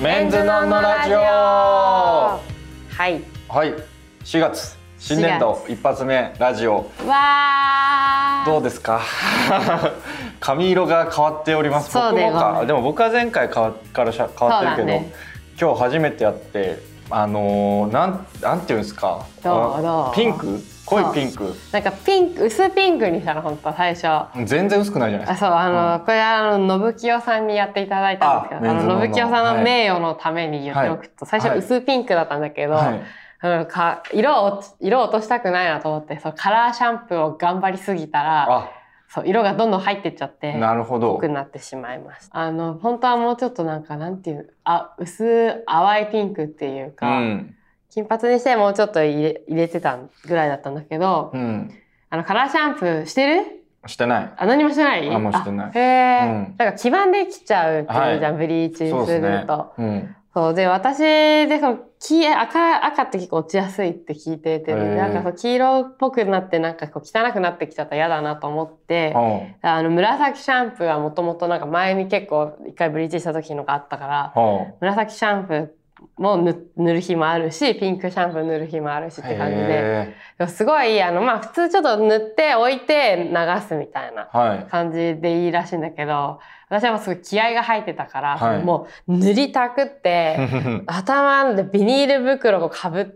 メンズノンノラジオ。 はいはい、4月新年度一発目ラジオ。 わー、 どうですか？髪色が変わっております。 そうで僕もか。でも僕は前回変わってるけど、 ね、 今日初めてやってなんていうんですか。 どうピンク、濃いピンク。 なんかピンク、薄ピンクにしたの本当最初。 全然薄くないじゃないですか。 そうこれ信清さんにやっていただいたんですけど、信清さんの名誉のために言っておくと、最初薄ピンクだったんだけど。色を落としたくないなと思って、カラーシャンプーを頑張りすぎたら、色がどんどん入ってっちゃって、 なるほど、 濃くなってしまいました。本当はもうちょっとなんていう、薄淡いピンクっていうか、金髪にしてもうちょっと入れてたぐらいだったんだけど、カラーシャンプーしてる？ してない。 何もしてない？ もうしてない。 だから黄ばんできちゃうっていうじゃん、ブリーチすると。そうで、私で赤って結構落ちやすいって聞いてて、なんか黄色っぽくなってなんか汚くなってきちゃったら嫌だなと思って、紫シャンプーはもともとなんか前に結構一回ブリーチした時のがあったから、紫シャンプーも塗る日もあるし、ピンクシャンプー塗る日もあるしって感じで、すごい普通ちょっと塗って置いて流すみたいな感じでいいらしいんだけど、私はすごい気合が入ってたから、もう塗りたくって頭でビニール袋をかぶって、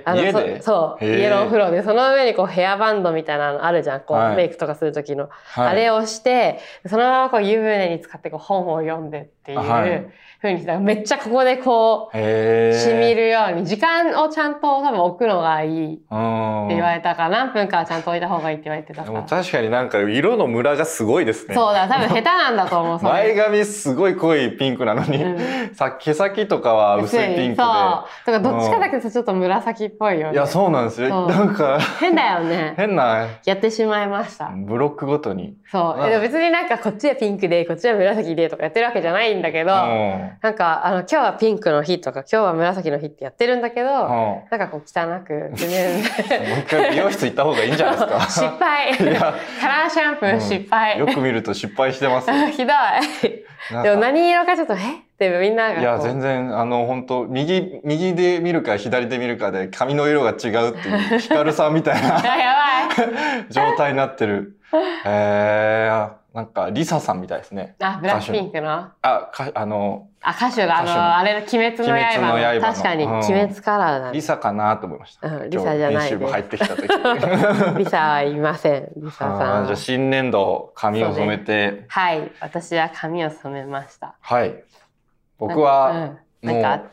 家で？ 家のお風呂でその上にヘアバンドみたいなのあるじゃん、メイクとかする時の、あれをして、そのまま湯船に浸かって本を読んでっていう風にして、めっちゃここで染みるように時間をちゃんと多分置くのがいいって言われたから、何分かはちゃんと置いた方がいいって言われてたから。 確かになんか色のムラがすごいですね。 そうだ、多分下手なんだと思う。 前髪すごい濃いピンクなのに、毛先とかは薄いピンクで。そう。だからどっちかだけどちょっと紫っぽいよね。 いや、そうなんですよ。なんか変だよね。 変な。 やってしまいました。 ブロックごとに。 そう。でも別になんかこっちはピンクで、こっちは紫でとかやってるわけじゃないんだけど、なんか今日はピンクの日とか今日は紫の日ってやってるんだけど、なんか汚く全然。 もう一回美容室行った方がいいんじゃないですか。 失敗。カラーシャンプー失敗。 よく見ると失敗してます。 ひどい。でも何色かちょっとってみんなが。 いや全然本当右で見るか左で見るかで髪の色が違うっていうヒカルさんみたいなやばい状態になってる。なんかリサさんみたいですね。 ブラックピンクの。歌手があれ鬼滅の刃の。確かに鬼滅カラーだね。 リサかなと思いました。 リサじゃないです。 編集部入ってきた時。 リサはいません。リサさん。 じゃあ新年度髪を染めて。 はい、私は髪を染めました。 はい。僕はなんかあった？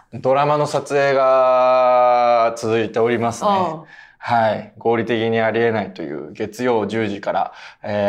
ドラマの撮影が続いておりますね。はい。合理的にありえないという月曜10時から、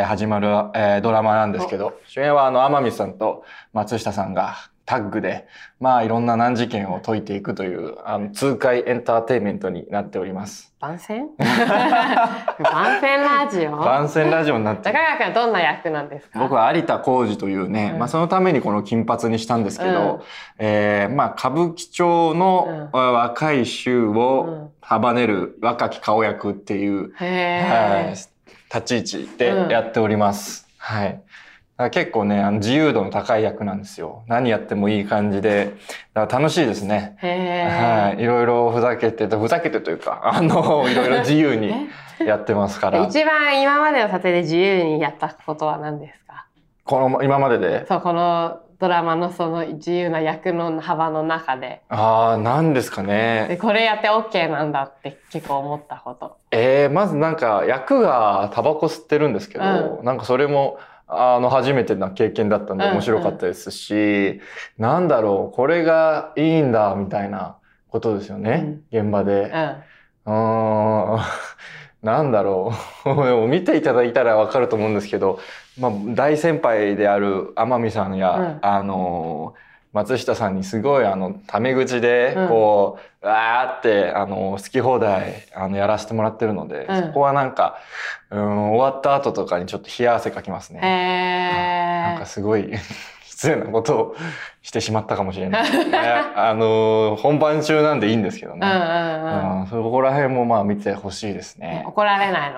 始まる、ドラマなんですけど、主演は天海さんと松下さんがタッグで、いろんな難事件を解いていくという、痛快エンターテインメントになっております。 番宣番宣ラジオ番宣ラジオになって中川君はどんな役なんですか？ 僕は有田浩二というね、そのためにこの金髪にしたんですけど、歌舞伎町の若い衆を束ねる若き顔役っていう、立ち位置でやっております。はい。結構ね、自由度の高い役なんですよ。何やってもいい感じで、だから楽しいですね。はい。いろいろふざけてというか、いろいろ自由にやってますから。 一番今までの撮影で自由にやったことは何ですか？ 今までで？ そう、このドラマのその自由な役の幅の中で。 何ですかね。 で、これやって OK なんだって結構思ったこと。 まずなんか役がタバコ吸ってるんですけど、なんかそれも、初めてな経験だったんで面白かったですし、なんだろう、これがいいんだ、みたいなことですよね、現場で。なんだろう、見ていただいたらわかると思うんですけど、大先輩である天海さんや、松下さんにすごいタメ口でわーって好き放題やらせてもらってるので、そこはなんか終わった後とかにちょっと冷や汗かきますね。なんかすごい失礼なことをしてしまったかもしれない。本番中なんでいいんですけどね。そこら辺も見てほしいですね。 怒られないの？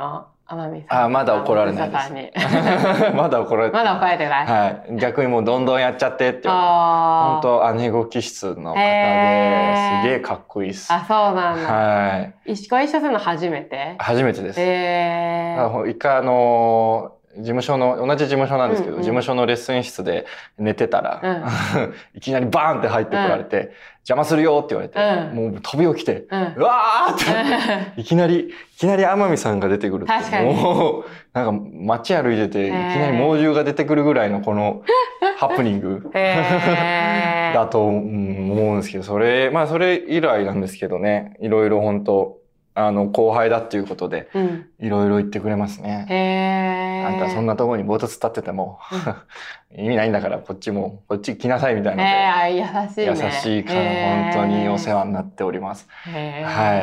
天海さん。 まだ怒られないです。まだ怒られてない。 まだ怒られてない。 はい。逆にもうどんどんやっちゃってって言われて。本当姉御気質の方ですげえかっこいいっす。 あ、そうなんだ。 はい。 ご一緒するの初めて？ 初めてです。一回同じ事務所なんですけど、事務所のレッスン室で寝てたら、いきなりバーンって入ってこられて、邪魔するよって言われて、もう飛び起きて、うわーっていきなり天海さんが出てくるって。 確かに。 もう、なんか街歩いてて、いきなり猛獣が出てくるぐらいのこのハプニングだと思うんですけど、それ以来なんですけどね、いろいろ本当後輩だっていうことで、いろいろ言ってくれますね。あんたそんなところにぼーっと突っ立ってても、意味ないんだからこっち来なさいみたいなので。 優しいね。 優しいから本当にお世話になっております。はい。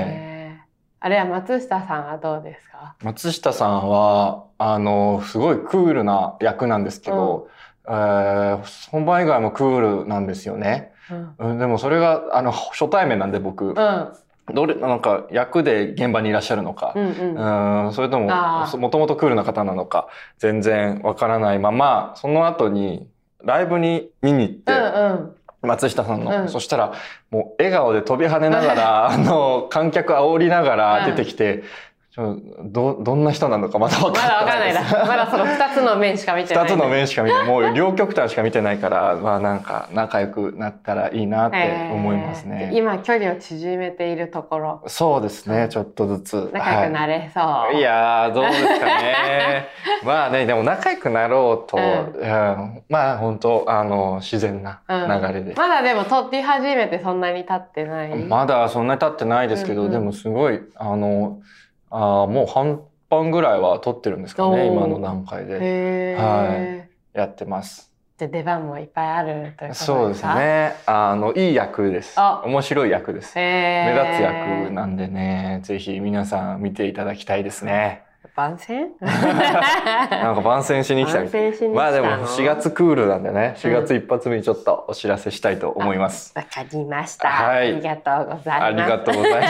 あれは松下さんはどうですか？ 松下さんは、すごいクールな役なんですけど、本番以外もクールなんですよね。でもそれが、初対面なんで僕。なんか役で現場にいらっしゃるのか、それとももともとクールな方なのか全然わからないまま、その後にライブに見に行って、松下さんの、そしたらもう笑顔で飛び跳ねながら観客煽りながら出てきて、どんな人なのかまだ分かんないです。 まだその2つの面しか見てない。 2つの面しか見てない。もう両極端しか見てないから、なんか仲良くなったらいいなって思いますね。 今距離を縮めているところ。 そうですね、ちょっとずつ。 仲良くなれそう。 いやー、どうですかね。まあね、でも仲良くなろうと、まあ本当自然な流れで。 まだでも撮り始めてそんなに経ってない？ まだそんなに経ってないですけど、でもすごい、もう半分ぐらいは撮ってるんですかね、今の段階で。はい。やってます。 じゃ出番もいっぱいあるということですか？ そうですね。いい役です。面白い役です。目立つ役なんでね、ぜひ皆さん見ていただきたいですね。 番宣なんか番宣しに来たみたい。まあでも4月クールなんでね、4月一発目にちょっとお知らせしたいと思います。 わかりました。 はい。 ありがとうございます。ありがとうございます。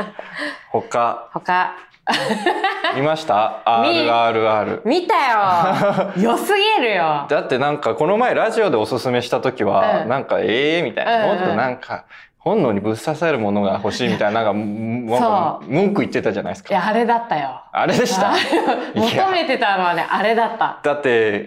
他。見ました？ RRR。 見たよ。良すぎるよ。 だってなんかこの前ラジオでおすすめした時は、なんかみたいな。もっとなんか、本能にぶっ刺さるものが欲しいみたいな、なんか文句言ってたじゃないですか。 いや、あれだったよ。 あれでした？ 求めてたのはね、あれだった。 だって、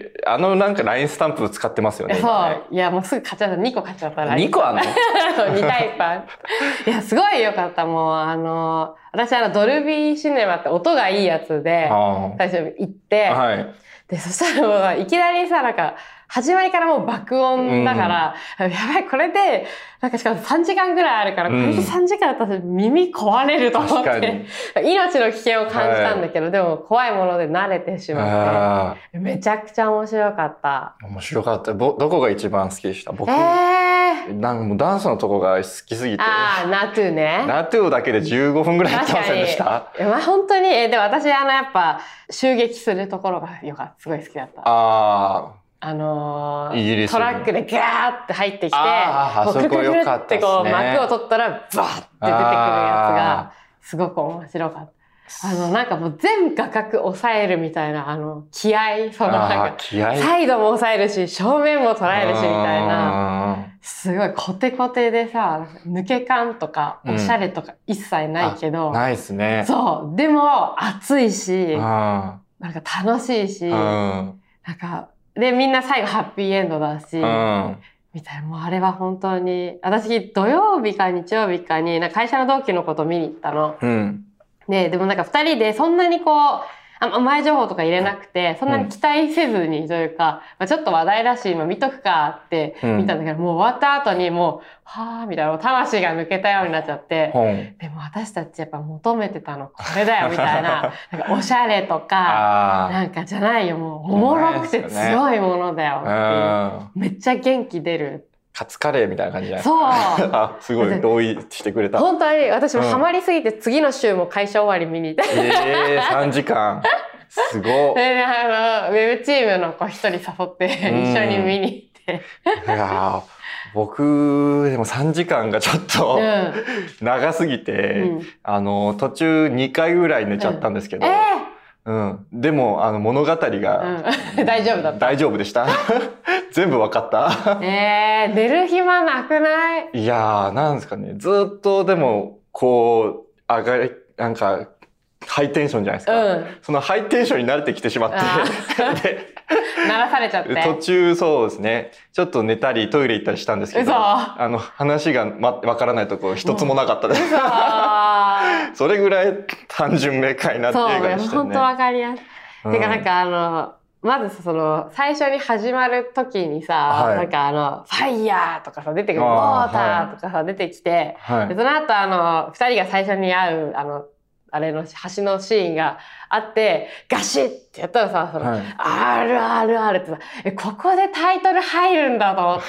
なんか LINE スタンプ使ってますよね。 そう。いや、もうすぐ買っちゃった。2個買っちゃった。 2個あんの ？2タイプ。いや、すごい良かった。もう、私ドルビーシネマって音がいいやつで、最初行って、で、そしたらもういきなりさ、なんか、始まりからもう爆音だから、やばい、これで、なんかしかも3時間ぐらいあるから、これで3時間だったら耳壊れると思って、命の危険を感じたんだけど、でも怖いもので慣れてしまって、めちゃくちゃ面白かった。 面白かった。どこが一番好きでした？僕。なんかもうダンスのとこが好きすぎて。 ナトゥね。 ナトゥだけで15分ぐらいやってませんでした？ まあ本当に、で私やっぱ、襲撃するところがすごい好きだった。イギリストラックでガーって入ってきて、もうくるくるくるってこう幕を取ったら、バーって出てくるやつが、すごく面白かった。なんかもう全画角抑えるみたいな、気合、なんか、サイドも抑えるし、正面も捉えるし、みたいな、すごいコテコテでさ、抜け感とか、おしゃれとか一切ないけど、 ないっすね。 そう。でも、熱いし、なんか楽しいし、なんか、で、みんな最後ハッピーエンドだし、みたいな、もうあれは本当に、私土曜日か日曜日かに、会社の同期のこと見に行ったの。でもなんか二人でそんなに前情報とか入れなくて、そんなに期待せずにというか、ちょっと話題らしい、今見とくかって見たんだけど、もう終わった後にもう、はぁ、みたいな、魂が抜けたようになっちゃって、でも私たちやっぱ求めてたのこれだよ、みたいな、なんかおしゃれとか、なんかじゃないよ、もうおもろくて強いものだよっていう、めっちゃ元気出る。 カツカレーみたいな感じじゃないですか。そう。すごい同意してくれた。 本当に私もハマりすぎて次の週も会社終わり見に行って。 3時間。すごい。 ウェブチームの子一人誘って一緒に見に行って。 いや僕、でも3時間がちょっと長すぎて、途中2回ぐらい寝ちゃったんですけど、 うん。でも、物語が、 大丈夫だった。 大丈夫でした。全部わかった。 寝る暇なくない？ いやー、なんですかね。ずっとでも、こう、なんか、ハイテンションじゃないですか。そのハイテンションに慣れてきてしまって。 で、鳴らされちゃって。 途中そうですね。ちょっと寝たりトイレ行ったりしたんですけど、話がわからないとこ一つもなかったです。それぐらい単純明快な映画でしたね。 そう、本当わかりやすい。てかなんかまず最初に始まる時にさ、なんかファイヤーとかさ、出てくる、ウォーターとかさ、出てきて、でその後二人が最初に会う、あれの橋のシーンがあって、ガシッってやったらさ、RRR ってさ、ここでタイトル入るんだと思って、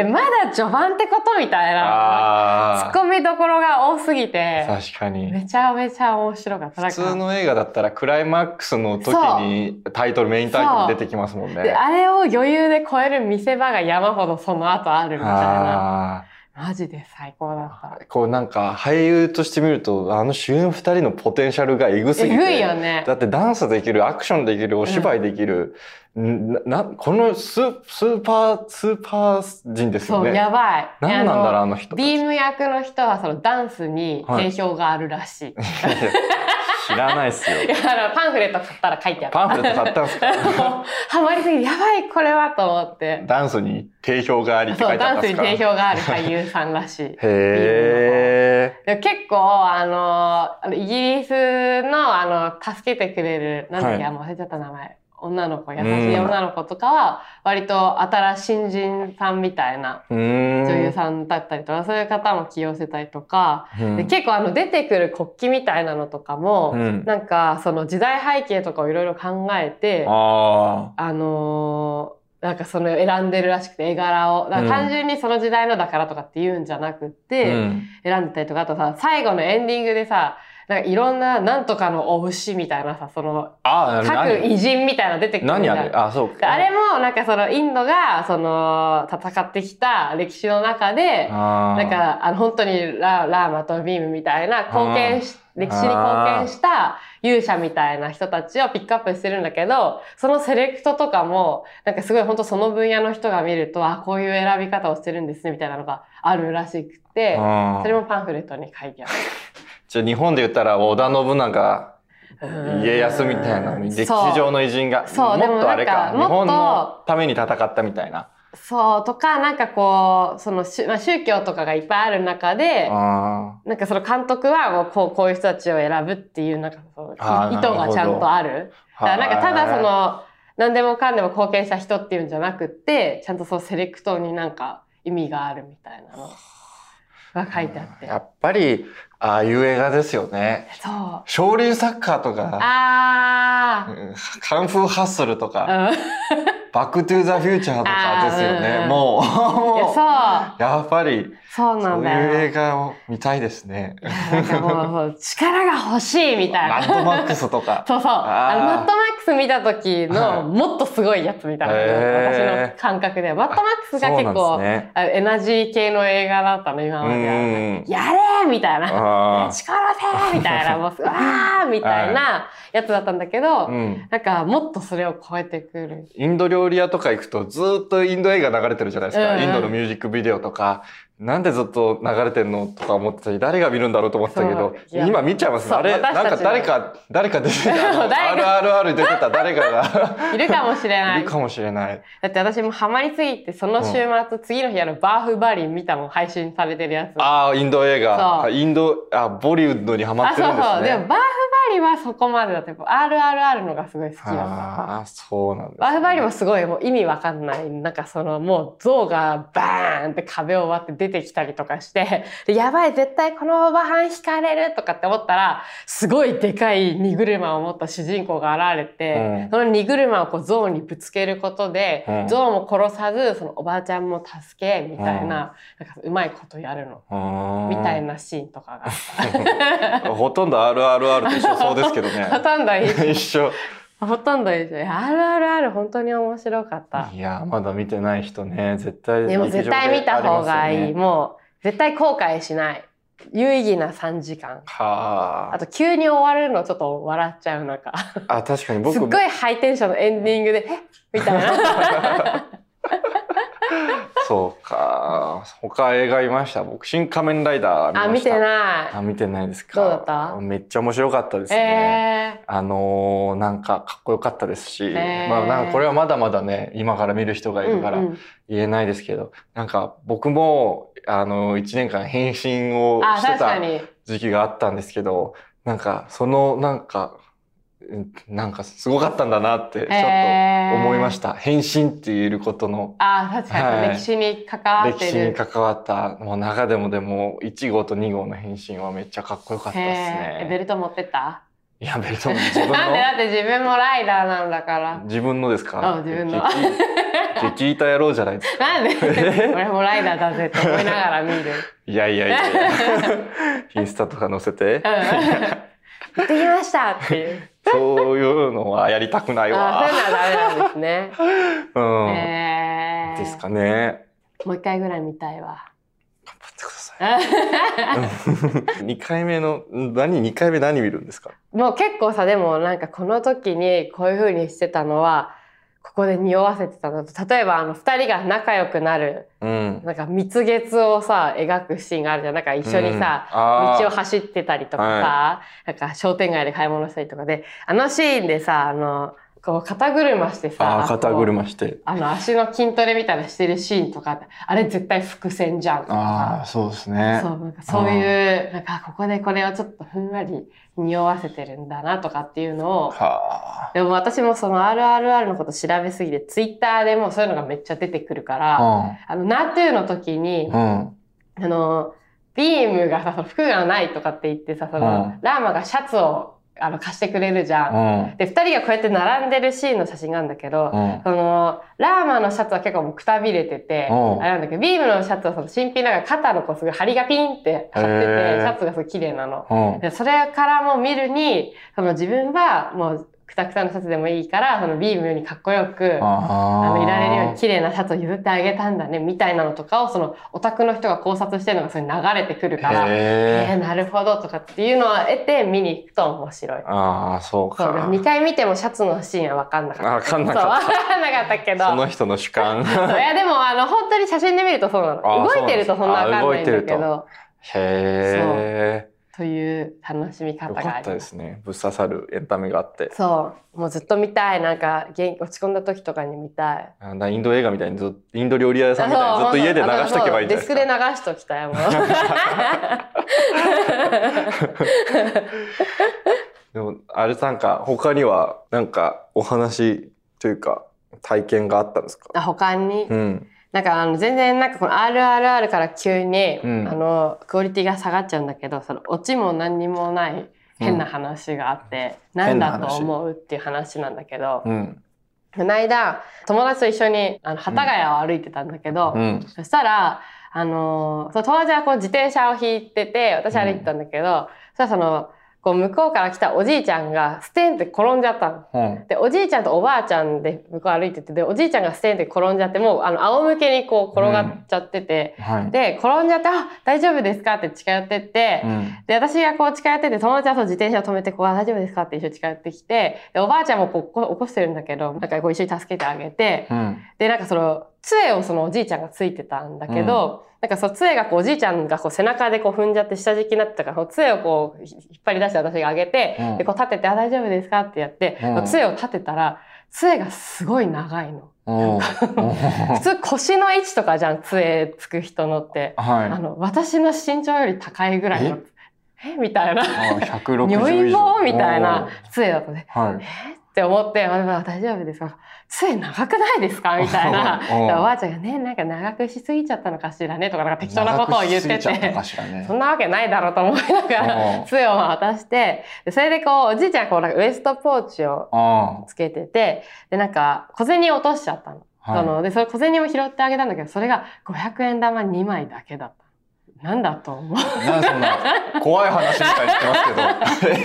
まだ序盤ってことみたいな、ツッコミどころが多すぎて、 確かに。 めちゃめちゃ面白かった。 普通の映画だったらクライマックスの時にメインタイトル出てきますもんね。 で、あれを余裕で超える見せ場が山ほどその後あるみたいな。マジで最高だった。 こうなんか俳優として見ると主演二人のポテンシャルがエグすぎて。 エグいよね。 だってダンスできる、アクションできる、お芝居できる。このスーパー人ですよね。 そう、やばい。 何なんだろう、あの人。 ビーム役の人はそのダンスに定評があるらしい。 知らないっすよ。 パンフレット買ったら書いてあった。 パンフレット買ったんすか？ ハマりすぎて、やばい、これはと思って。 ダンスに定評がありって書いてあったんですか？ そう、ダンスに定評がある俳優さんらしい。 へー。 で結構、イギリスの、助けてくれる、なんだっけ、忘れちゃった名前。女の子、優しい女の子とかは、割と新人さんみたいな女優さんだったりとか、そういう方も起用してたりとか、で結構出てくる国旗みたいなのとかも、なんかその時代背景とかをいろいろ考えて、なんか選んでるらしくて、絵柄を。だから単純にその時代のだからとかって言うんじゃなくって、選んでたりとか、あとさ、最後のエンディングでさ、なんかいろんな、なんとかのお牛みたいなさ、各偉人みたいなの出てくる。 何あれ？そうか。 あれも、なんかインドが、戦ってきた歴史の中で、なんか、本当にラーマとビームみたいな、歴史に貢献した勇者みたいな人たちをピックアップしてるんだけど、そのセレクトとかも、なんかすごい本当その分野の人が見ると、こういう選び方をしてるんですね、みたいなのがあるらしくて、それもパンフレットに書いてある。 じゃあ日本で言ったら織田信長、家康みたいな歴史上の偉人が、もっとあれか、日本のために戦ったみたいな。 そう、とか、なんかこう、宗教とかがいっぱいある中で、なんかその監督はもうこういう人たちを選ぶっていう、なんか意図がちゃんとある。だからなんかただ何でもかんでも貢献した人っていうんじゃなくって、ちゃんとセレクトになんか意味があるみたいなのが書いてあって。 やっぱり、ああいう映画ですよね。 そう。 少林サッカーとか、カンフーハッスルとか、バックトゥーザフューチャーとかですよね。もう、 そう。 やっぱり、 そうなんだよ。 そういう映画を見たいですね。 なんかもう、力が欲しいみたいな。 マッドマックスとか。 そうそう。マッドマックス見た時のもっとすごいやつみたいな。私の感覚で。マッドマックスが結構、エナジー系の映画だったの、今までは。やれーみたいな。力せーみたいな。もう、わーみたいなやつだったんだけど、なんかもっとそれを超えてくる。 インド料理屋とか行くとずっとインド映画流れてるじゃないですか。インドのミュージックビデオとか。なんでずっと流れてんのとか思ってたり、誰が見るんだろうと思ってたけど、今見ちゃいますね。あれ、なんか誰か出てた。RRR 出てた誰かが。 いるかもしれない。 いるかもしれない。 だって私もハマりすぎて、その週末、次の日バーフバリン見たの配信されてるやつ。 インド映画。ボリウッドにハマってるんですね。 そう。でもバーフバリンはそこまでだった。RRR のがすごい好きだった。 そうなんです。 バーフバリンもすごいもう意味わかんない。なんかもう象がバーンって壁を割って出てきたりとかして、でやばい、絶対このおばはん引かれるとかって思ったら、すごいでかい荷車を持った主人公が現れて、その荷車を象にぶつけることで、象も殺さず、そのおばあちゃんも助け、みたいな、なんかうまいことやるの。みたいなシーンとかが。 ほとんど RRR と一緒そうですけどね。 ほとんど一緒。 ほとんど一緒。RRR 本当に面白かった。 いや、まだ見てない人ね、絶対。 でも絶対見た方がいい。もう、絶対後悔しない。 有意義な3時間。 はあと急に終わるのちょっと笑っちゃうなんか。 あ、確かに僕すっごいハイテンションのエンディングで、みたいな。 そうか。他映画見ました？僕、新仮面ライダー見ました。 見てない。 見てないですか？ どうだった？ めっちゃ面白かったですね。なんかかっこよかったですし、なんかこれはまだまだね、今から見る人がいるから言えないですけど、なんか僕も、1年間変身をしてた時期があったんですけど、なんか、なんかすごかったんだなってちょっと思いました。変身って言えることの。 確かに、歴史に関わってる。 歴史に関わった、もう中でも1号と2号の変身はめっちゃかっこよかったですね。 ベルト持ってった？いや、ベルトも自分の。 なんで？だって自分もライダーなんだから。 自分のですか？ 自分の。 激イタ野郎じゃないですか。 なんで俺もライダーだぜって思いながら見る。 いや。インスタとか載せて。 行ってきましたっていう。 そういうのはやりたくないわ。 そういうのはダメなんですね。 ですかね。 もう一回ぐらい見たいわ。 頑張ってください。2回目何見るんですか？もう結構さ、でもなんかこの時にこういう風にしてたのは、ここで匂わせてたのと、例えば2人が仲良くなる、なんか蜜月をさ描くシーンがあるじゃん。なんか一緒にさ、道を走ってたりとかさ、なんか商店街で買い物したりとかで、あのシーンでさ、こう肩車してさ、 肩車して足の筋トレみたいなしてるシーンとか、あれ絶対伏線じゃんとか。 そうですね。 なんかそういうなんかここでこれをちょっとふんわり匂わせてるんだなとかっていうのを。でも私もその RRR のこと調べすぎて、ツイッターでもそういうのがめっちゃ出てくるから、ナトゥの時に、ビームがさ、服がないとかって言ってさ、ラーマがシャツを貸してくれるじゃん。で、二人がこうやって並んでるシーンの写真があるんだけど、ラーマのシャツは結構もうくたびれてて、あれなんだけど、ビームのシャツは新品なんか肩のすごい張りがピンって張ってて、シャツがすごい綺麗なの。で、それからも見るに、自分はもう、くたくたのシャツでもいいから、ビームよりかっこよく、いられるように綺麗なシャツを譲ってあげたんだね、みたいなのとかを、オタクの人が考察してるのがそれに流れてくるから、なるほどとかっていうのを得て見に行くと面白い。 そうか。 2回見てもシャツのシーンは分かんなかった。 分かんなかったけど。 その人の主観。 いや、でも、本当に写真で見るとそうなの。動いてるとそんな分かんないんだけど。という楽しみ方があります。よかったですね。ぶっ刺さるエンタメがあって。 そう。もうずっと見たい。なんか、落ち込んだ時とかに見たい。 インド映画みたいにインド料理屋さんみたいにずっと家で流しとけばいいんじゃないですか。 デスクで流しときたいもん。 でも、あれなんか、他にはなんかお話というか体験があったんですか？ 他に？なんか全然なんかこの RRR から急に、クオリティが下がっちゃうんだけど、オチも何にもない変な話があって、なんだと思うっていう話なんだけど、この間、友達と一緒に幡ヶ谷を歩いてたんだけど、そしたら、友達はこう自転車を引いてて、私歩いてたんだけど、そしたらこう向こうから来たおじいちゃんがステンって転んじゃったの。で、おじいちゃんとおばあちゃんで向こう歩いてて、で、おじいちゃんがステンって転んじゃって、もう仰向けにこう転がっちゃってて、で、転んじゃって、大丈夫ですかって近寄ってって、で、私がこう近寄ってて、友達は自転車を止めて、大丈夫ですかって一緒に近寄ってきて、で、おばあちゃんもこう起こしてるんだけど、なんかこう一緒に助けてあげて、で、なんか杖をおじいちゃんがついてたんだけど、なんか杖がおじいちゃんが背中で踏んじゃって下敷きになってたから、杖を引っ張り出して私が上げて、で、立てて、大丈夫ですかってやって、杖を立てたら、杖がすごい長いの。普通腰の位置とかじゃん、杖つく人のって。私の身長より高いぐらいの、みたいな。如意棒みたいな杖だったね。って思って、大丈夫ですか？杖長くないですか？みたいな。おばあちゃんがね、なんか長くしすぎちゃったのかしらねとか、なんか適当なことを言ってて、そんなわけないだろうと思いながら、杖を渡して、それでおじいちゃんがウエストポーチをつけてて、で、なんか小銭落としちゃったの。で、それ小銭を拾ってあげたんだけど、それが500円玉2枚だけだった。なんだと思う？ なんそんな怖い話みたいに言ってますけど。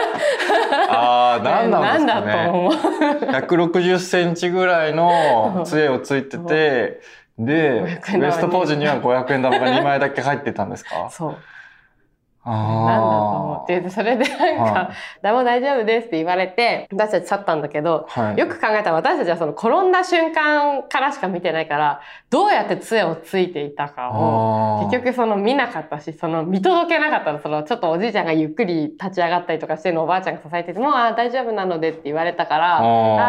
なんなんですかね。なんだと思う？160センチぐらいの杖をついてて、で、ウエストポーチには500円玉が2枚だけ入ってたんですか？ そう。 なんだと思うって言って、それでなんか、誰も大丈夫ですって言われて、私たち去ったんだけど、よく考えたら私たちはその転んだ瞬間からしか見てないから、どうやって杖をついていたかを、結局その見なかったし、その見届けなかったの、そのちょっとおじいちゃんがゆっくり立ち上がったりとかしてるのをおばあちゃんが支えてても、大丈夫なのでって言われたから、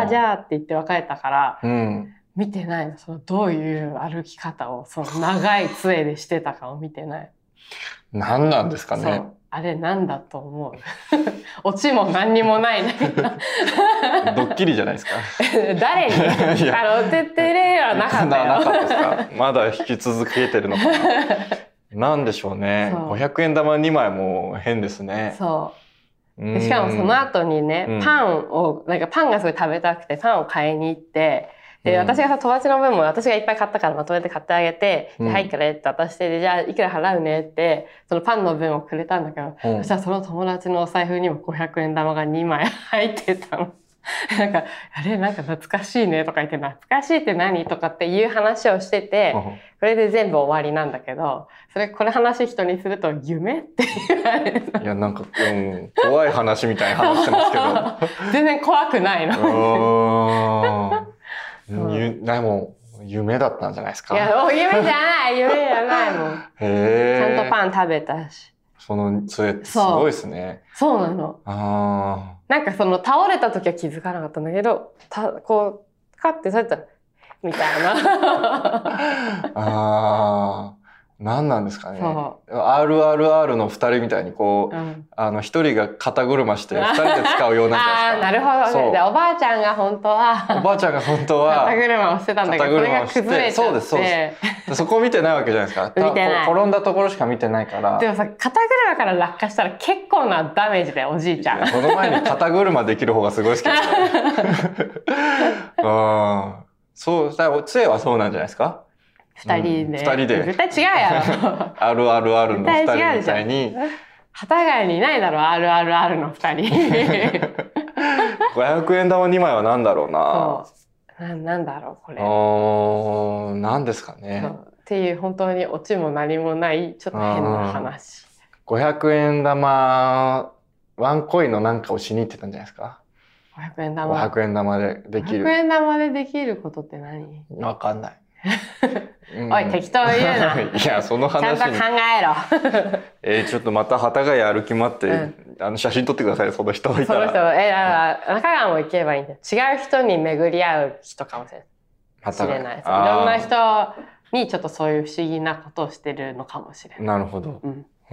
じゃあって言って別れたから、見てないの。そのどういう歩き方を、その長い杖でしてたかを見てない。 何なんですかね。そう。 あれなんだと思うオチも何にもないね。 ドッキリじゃないですか。 誰にてってれはなかったよ。 なかったですか。まだ引き続けてるのかな。なんでしょうね。500円玉2枚も変ですね。 そう。でしかもその後にね、パンがすごい食べたくてパンを買いに行って、で、私が友達の分も私がいっぱい買ったからまとめて買ってあげて、はい、くれって渡して、じゃあいくら払うねって、そのパンの分をくれたんだけど、そしたらその友達のお財布にも500円玉が2枚入ってたの。なんか、なんか懐かしいねとか言って、懐かしいって何とかっていう話をしてて、これで全部終わりなんだけど、これ話人にすると夢って言われる。 いや、なんか、怖い話みたいな話してますけど。 全然怖くないの。 でも夢だったんじゃないですか。 いや、夢じゃないもん。ちゃんとパン食べたし。 その杖ってすごいですね。 そうなの。なんかその倒れた時は気づかなかったんだけど、こうカッてされたらみたいな。何なんですかね。RRR の2人みたいにこう、1人が肩車して2人で使うようなんじゃないですか。 なるほどね。でおばあちゃんが本当は肩車をしてたんだけど、それが崩れちゃって。そうです。そこ見てないわけじゃないですか。見てない。転んだところしか見てないから。 でもさ、肩車から落下したら結構なダメージだよ、おじいちゃん。 その前に肩車できる方がすごいですけどね。そう、杖はそうなんじゃないですか。 二人で。絶対違うやろ。RRR の二人みたいに。 旗街にいないだろ、RRR の二人。 500円玉2枚は何だろうな。 なんだろう、これ。 何ですかね。 っていう、本当にオチも何もない、ちょっと変な話。 500円玉、ワンコインのなんかをしに行ってたんじゃないですか。 500円玉。 500円玉でできる。 500円玉でできることって何？ わかんない。 おい、適当言うな。 いや、その話に。 ちゃんと考えろ。ちょっとまた幡ヶ谷歩き回って、写真撮ってください、その人いたら。 その人、中川も行けばいいんだよ。違う人に巡り合う人かもしれない。いろんな人にちょっとそういう不思議なことをしてるのかもしれない。 なるほど。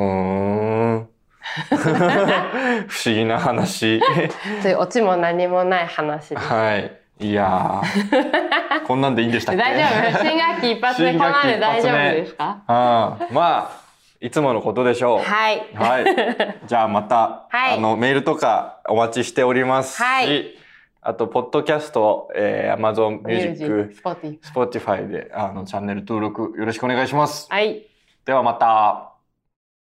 不思議な話。 そういうオチも何もない話です。 はい。いやー、こんなんでいいんでしたっけ？ 大丈夫？新学期一発でこんなんで大丈夫ですか？ まあ、いつものことでしょう。 はい。 はい。じゃあまた、メールとかお待ちしておりますし、あと、ポッドキャスト、Amazon Music、Spotify で、チャンネル登録よろしくお願いします。 はい。 ではまた。